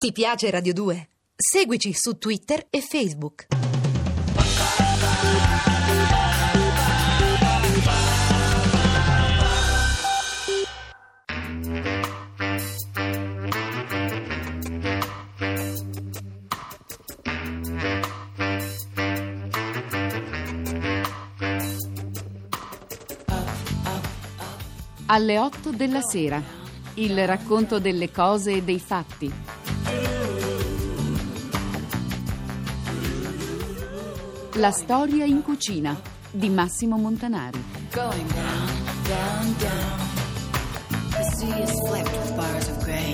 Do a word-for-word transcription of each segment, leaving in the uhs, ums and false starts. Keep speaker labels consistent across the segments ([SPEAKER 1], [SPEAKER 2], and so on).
[SPEAKER 1] Ti piace Radio due? Seguici su Twitter e Facebook.
[SPEAKER 2] Alle otto della sera, il racconto delle cose e dei fatti. La storia in cucina di Massimo Montanari.
[SPEAKER 3] Going down, down, down. The sea is flecked with bars of gray.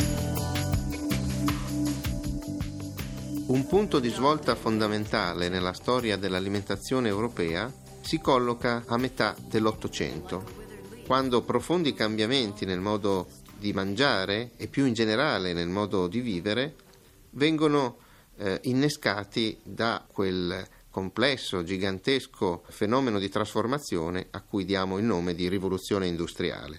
[SPEAKER 4] Un punto di svolta fondamentale nella storia dell'alimentazione europea si colloca a metà dell'Ottocento, quando profondi cambiamenti nel modo di mangiare e più in generale nel modo di vivere vengono eh, innescati da quel complesso, gigantesco fenomeno di trasformazione a cui diamo il nome di rivoluzione industriale.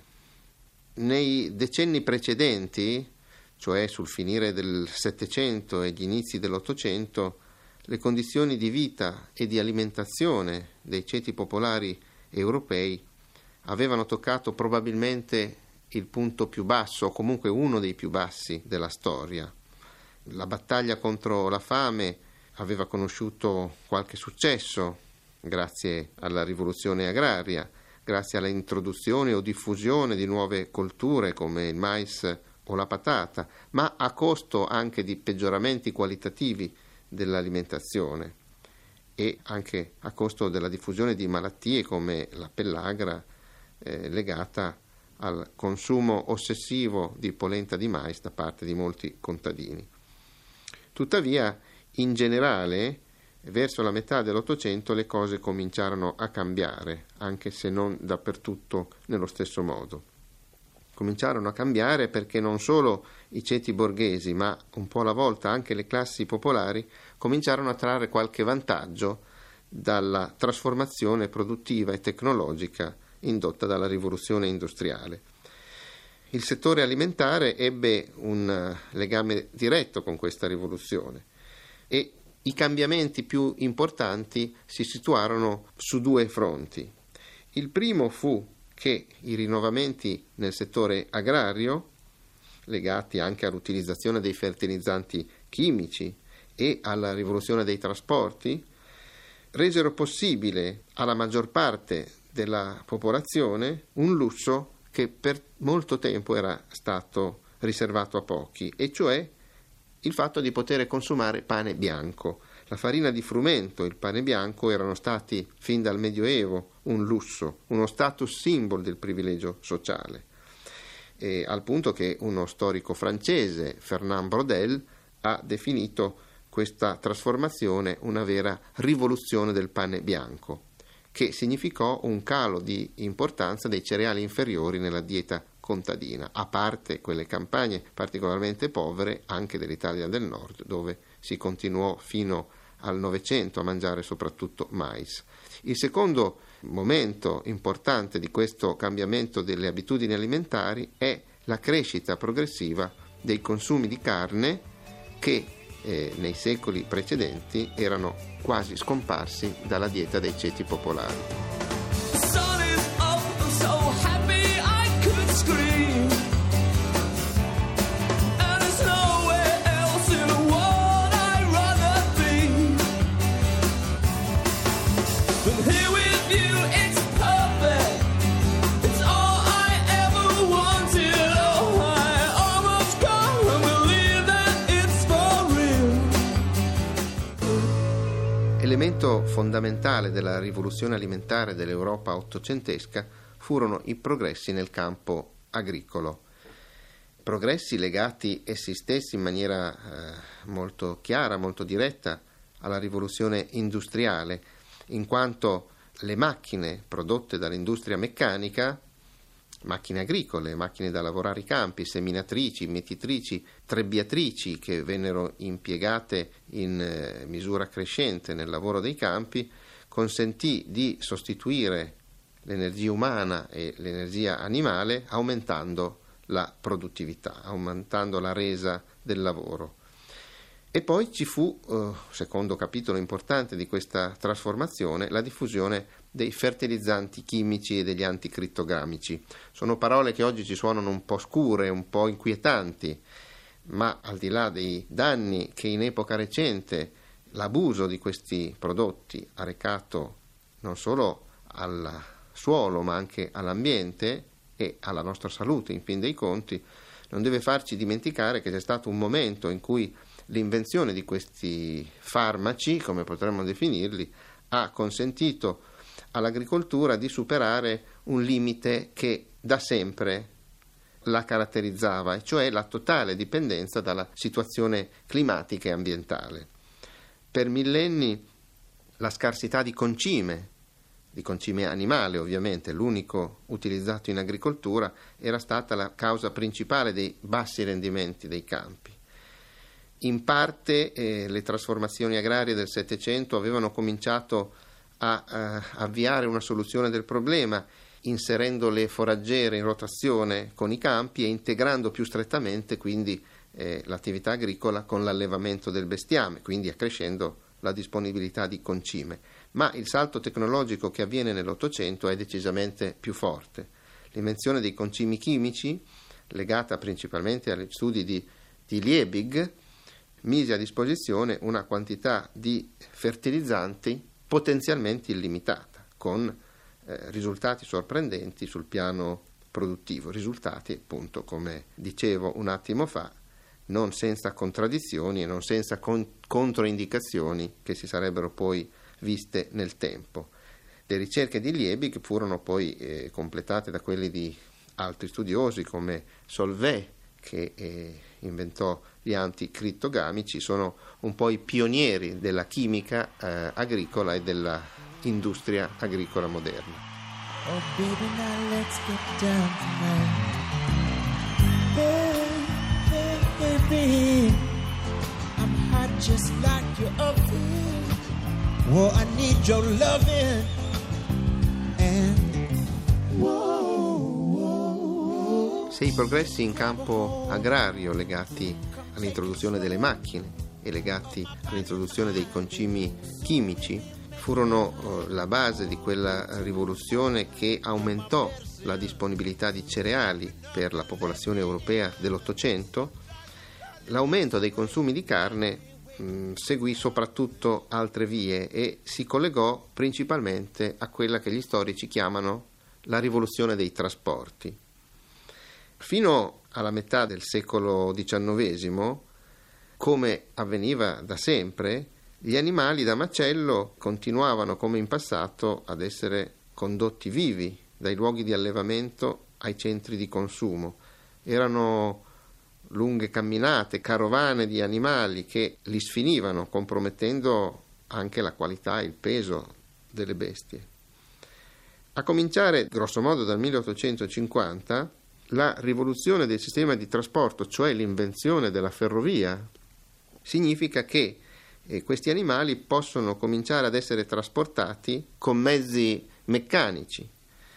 [SPEAKER 4] Nei decenni precedenti, cioè sul finire del Settecento e gli inizi dell'Ottocento, le condizioni di vita e di alimentazione dei ceti popolari europei avevano toccato probabilmente il punto più basso, o comunque uno dei più bassi della storia. La battaglia contro la fame aveva conosciuto qualche successo grazie alla rivoluzione agraria, grazie all'introduzione o diffusione di nuove colture come il mais o la patata, ma a costo anche di peggioramenti qualitativi dell'alimentazione e anche a costo della diffusione di malattie come la pellagra eh, legata al consumo ossessivo di polenta di mais da parte di molti contadini. Tuttavia, in generale, verso la metà dell'Ottocento le cose cominciarono a cambiare, anche se non dappertutto nello stesso modo. Cominciarono a cambiare perché non solo i ceti borghesi, ma un po' alla volta anche le classi popolari cominciarono a trarre qualche vantaggio dalla trasformazione produttiva e tecnologica indotta dalla rivoluzione industriale. Il settore alimentare ebbe un legame diretto con questa rivoluzione e i cambiamenti più importanti si situarono su due fronti. Il primo fu che i rinnovamenti nel settore agrario, legati anche all'utilizzazione dei fertilizzanti chimici e alla rivoluzione dei trasporti, resero possibile alla maggior parte della popolazione un lusso che per molto tempo era stato riservato a pochi, e cioè il fatto di poter consumare pane bianco. La farina di frumento e il pane bianco erano stati fin dal Medioevo un lusso, uno status symbol del privilegio sociale, e al punto che uno storico francese, Fernand Braudel, ha definito questa trasformazione una vera rivoluzione del pane bianco, che significò un calo di importanza dei cereali inferiori nella dieta contadina, a parte quelle campagne particolarmente povere anche dell'Italia del Nord, dove si continuò fino al Novecento a mangiare soprattutto mais. Il secondo momento importante di questo cambiamento delle abitudini alimentari è la crescita progressiva dei consumi di carne che eh, nei secoli precedenti erano quasi scomparsi dalla dieta dei ceti popolari. Elemento fondamentale della rivoluzione alimentare dell'Europa ottocentesca furono i progressi nel campo agricolo. Progressi legati essi stessi in maniera eh, molto chiara, molto diretta alla rivoluzione industriale, in quanto le macchine prodotte dall'industria meccanica, macchine agricole, macchine da lavorare i campi, seminatrici, mietitrici, trebbiatrici che vennero impiegate in eh, misura crescente nel lavoro dei campi, consentì di sostituire l'energia umana e l'energia animale aumentando la produttività, aumentando la resa del lavoro. E poi ci fu, eh, secondo capitolo importante di questa trasformazione, la diffusione dei fertilizzanti chimici e degli anticrittogamici. Sono parole che oggi ci suonano un po' scure, un po' inquietanti, ma al di là dei danni che in epoca recente l'abuso di questi prodotti ha recato non solo al suolo ma anche all'ambiente e alla nostra salute, in fin dei conti, non deve farci dimenticare che c'è stato un momento in cui l'invenzione di questi farmaci, come potremmo definirli, ha consentito all'agricoltura di superare un limite che da sempre la caratterizzava, e cioè la totale dipendenza dalla situazione climatica e ambientale. Per millenni la scarsità di concime, di concime animale ovviamente, l'unico utilizzato in agricoltura, era stata la causa principale dei bassi rendimenti dei campi. In parte eh, le trasformazioni agrarie del Settecento avevano cominciato a, a avviare una soluzione del problema, inserendo le foraggere in rotazione con i campi e integrando più strettamente quindi eh, l'attività agricola con l'allevamento del bestiame, quindi accrescendo la disponibilità di concime. Ma il salto tecnologico che avviene nell'Ottocento è decisamente più forte. L'invenzione dei concimi chimici, legata principalmente agli studi di, di Liebig, mise a disposizione una quantità di fertilizzanti potenzialmente illimitata, con eh, risultati sorprendenti sul piano produttivo, risultati appunto, come dicevo un attimo fa, non senza contraddizioni e non senza con- controindicazioni che si sarebbero poi viste nel tempo. Le ricerche di Liebig furono poi eh, completate da quelli di altri studiosi come Solvay, che eh, inventò gli anticrittogamici. Sono un po' i pionieri della chimica eh, agricola e della industria agricola moderna.
[SPEAKER 5] Oh baby, now let's get down tonight. Hey, baby, I'm hot just like you're up here. Well, I need your loving. And whoa, whoa.
[SPEAKER 4] Se i progressi in campo agrario legati all'introduzione delle macchine e legati all'introduzione dei concimi chimici furono eh, la base di quella rivoluzione che aumentò la disponibilità di cereali per la popolazione europea dell'Ottocento, l'aumento dei consumi di carne mh, seguì soprattutto altre vie e si collegò principalmente a quella che gli storici chiamano la rivoluzione dei trasporti. Fino alla metà del secolo diciannovesimo, come avveniva da sempre, gli animali da macello continuavano come in passato ad essere condotti vivi dai luoghi di allevamento ai centri di consumo. Erano lunghe camminate, carovane di animali che li sfinivano, compromettendo anche la qualità e il peso delle bestie. A cominciare grosso modo dal milleottocentocinquanta, la rivoluzione del sistema di trasporto, cioè l'invenzione della ferrovia, significa che eh, questi animali possono cominciare ad essere trasportati con mezzi meccanici,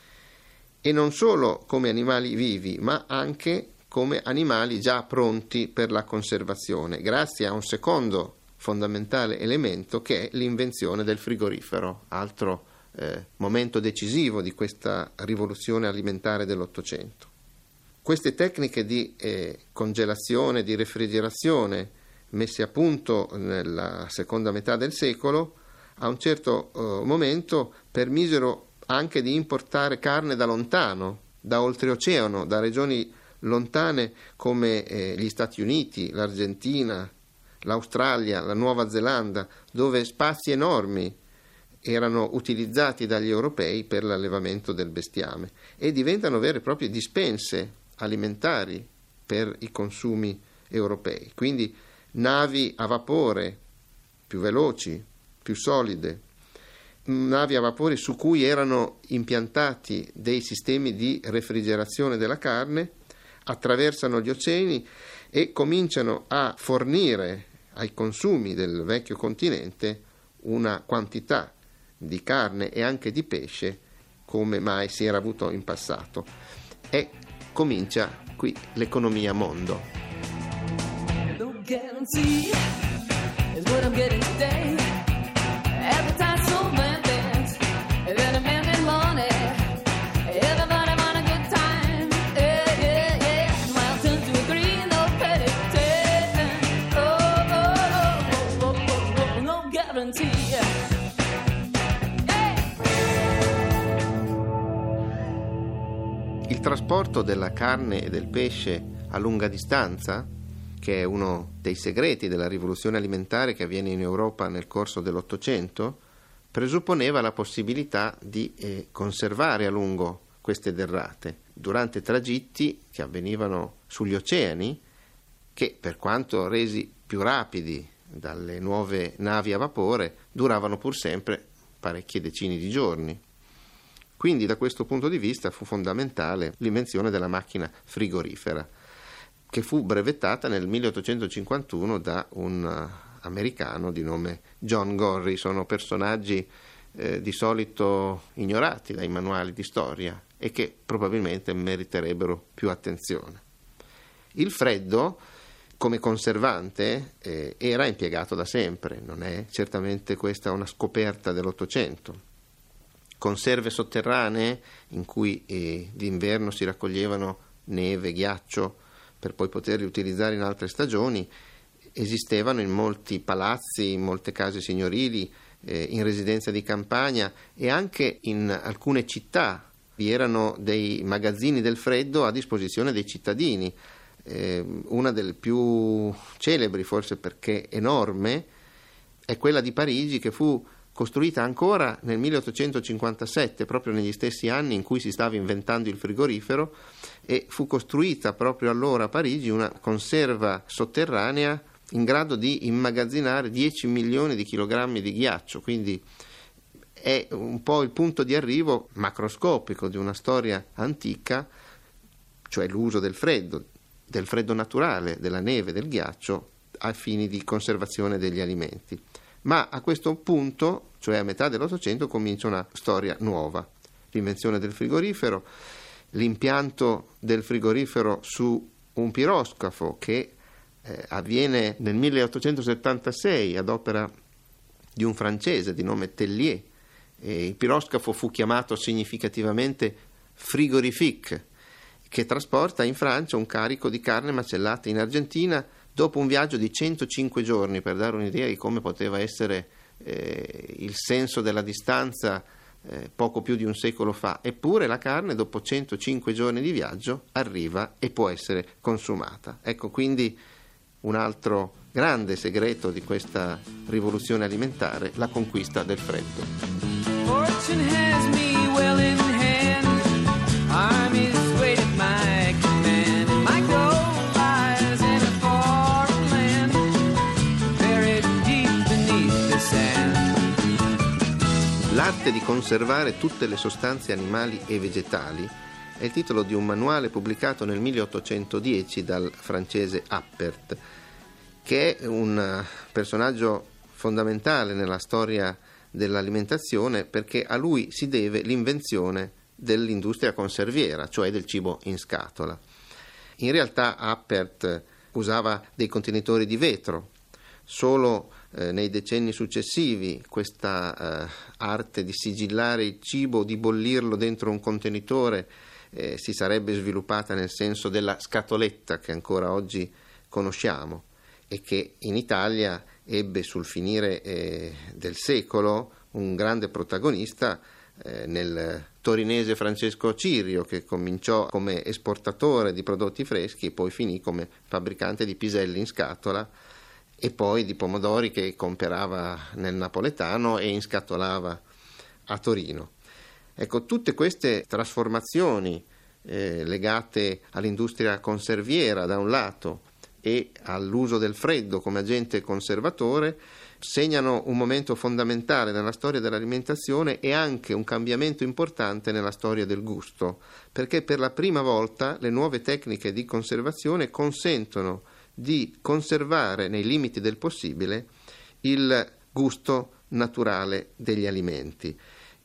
[SPEAKER 4] e non solo come animali vivi, ma anche come animali già pronti per la conservazione, grazie a un secondo fondamentale elemento che è l'invenzione del frigorifero, altro eh, momento decisivo di questa rivoluzione alimentare dell'Ottocento. Queste tecniche di eh, congelazione, di refrigerazione messe a punto nella seconda metà del secolo, a un certo eh, momento permisero anche di importare carne da lontano, da oltreoceano, da regioni lontane come eh, gli Stati Uniti, l'Argentina, l'Australia, la Nuova Zelanda, dove spazi enormi erano utilizzati dagli europei per l'allevamento del bestiame e diventano vere e proprie dispense alimentari per i consumi europei. Quindi navi a vapore più veloci, più solide, navi a vapore su cui erano impiantati dei sistemi di refrigerazione della carne, attraversano gli oceani e cominciano a fornire ai consumi del vecchio continente una quantità di carne e anche di pesce come mai si era avuto in passato. E comincia qui l'economia mondo.
[SPEAKER 5] The
[SPEAKER 3] guarantee is what I'm getting today. Appetite so rampant, then a man in money. Everybody want a good time, yeah, yeah, yeah. Well, two to three, no petty taping. Oh, oh, oh, oh, oh, oh, no guarantee.
[SPEAKER 4] Il trasporto della carne e del pesce a lunga distanza, che è uno dei segreti della rivoluzione alimentare che avviene in Europa nel corso dell'Ottocento, presupponeva la possibilità di eh, conservare a lungo queste derrate durante tragitti che avvenivano sugli oceani, che per quanto resi più rapidi dalle nuove navi a vapore duravano pur sempre parecchie decine di giorni. Quindi da questo punto di vista fu fondamentale l'invenzione della macchina frigorifera, che fu brevettata nel milleottocentocinquantuno da un uh, americano di nome John Gorrie. Sono personaggi eh, di solito ignorati dai manuali di storia e che probabilmente meriterebbero più attenzione. Il freddo come conservante eh, era impiegato da sempre, non è certamente questa una scoperta dell'Ottocento. Conserve sotterranee in cui eh, d'inverno si raccoglievano neve, ghiaccio per poi poterli utilizzare in altre stagioni, esistevano in molti palazzi, in molte case signorili, eh, in residenze di campagna e anche in alcune città. Vi erano dei magazzini del freddo a disposizione dei cittadini. Eh, una delle più celebri, forse perché enorme, è quella di Parigi, che fu costruita ancora nel milleottocentocinquantasette, proprio negli stessi anni in cui si stava inventando il frigorifero, e fu costruita proprio allora a Parigi una conserva sotterranea in grado di immagazzinare dieci milioni di chilogrammi di ghiaccio, quindi è un po' il punto di arrivo macroscopico di una storia antica, cioè l'uso del freddo, del freddo naturale, della neve, del ghiaccio, a fini di conservazione degli alimenti. Ma a questo punto, cioè a metà dell'Ottocento, comincia una storia nuova. L'invenzione del frigorifero, l'impianto del frigorifero su un piroscafo che eh, avviene nel milleottocentosettantasei ad opera di un francese di nome Tellier. E il piroscafo fu chiamato significativamente frigorifique, che trasporta in Francia un carico di carne macellata in Argentina dopo un viaggio di centocinque giorni, per dare un'idea di come poteva essere eh, il senso della distanza eh, poco più di un secolo fa. Eppure la carne dopo centocinque giorni di viaggio arriva e può essere consumata. Ecco quindi un altro grande segreto di questa rivoluzione alimentare, la conquista del freddo.
[SPEAKER 3] Fortune has me well in hand. Armies wait at my command. My goal lies in a foreign land, buried deep beneath the sand.
[SPEAKER 4] L'arte di conservare tutte le sostanze animali e vegetali è il titolo di un manuale pubblicato nel milleottocentodieci dal francese Appert, che è un personaggio fondamentale nella storia dell'alimentazione, perché a lui si deve l'invenzione dell'industria conserviera, cioè del cibo in scatola. In realtà Appert usava dei contenitori di vetro. Solo eh, nei decenni successivi questa eh, arte di sigillare il cibo, di bollirlo dentro un contenitore, eh, si sarebbe sviluppata nel senso della scatoletta che ancora oggi conosciamo e che in Italia ebbe sul finire eh, del secolo un grande protagonista eh, nel torinese Francesco Cirio, che cominciò come esportatore di prodotti freschi e poi finì come fabbricante di piselli in scatola e poi di pomodori che comperava nel napoletano e inscatolava a Torino. Ecco, tutte queste trasformazioni eh, legate all'industria conserviera da un lato e all'uso del freddo come agente conservatore segnano un momento fondamentale nella storia dell'alimentazione e anche un cambiamento importante nella storia del gusto, perché per la prima volta le nuove tecniche di conservazione consentono di conservare nei limiti del possibile il gusto naturale degli alimenti.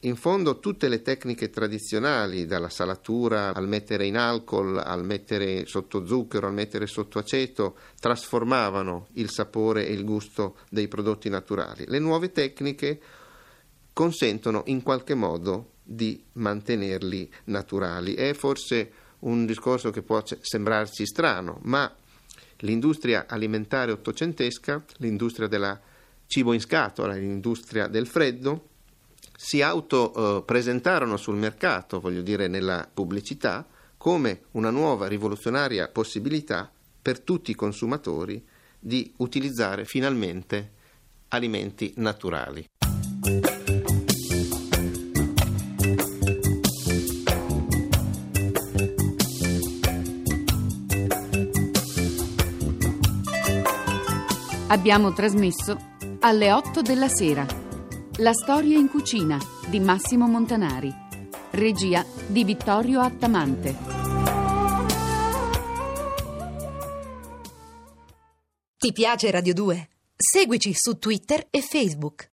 [SPEAKER 4] in fondo tutte le tecniche tradizionali, dalla salatura al mettere in alcol, al mettere sotto zucchero, al mettere sotto aceto, trasformavano il sapore e il gusto dei prodotti naturali. Le nuove tecniche consentono in qualche modo di mantenerli naturali. È forse un discorso che può sembrarci strano, ma l'industria alimentare ottocentesca, l'industria della cibo in scatola, l'industria del freddo, si auto eh, presentarono sul mercato, voglio dire nella pubblicità, come una nuova rivoluzionaria possibilità per tutti i consumatori di utilizzare finalmente alimenti naturali.
[SPEAKER 2] Abbiamo trasmesso Alle otto della sera. La storia in cucina di Massimo Montanari. Regia di Vittorio Attamante.
[SPEAKER 1] Ti piace Radio due? Seguici su Twitter e Facebook.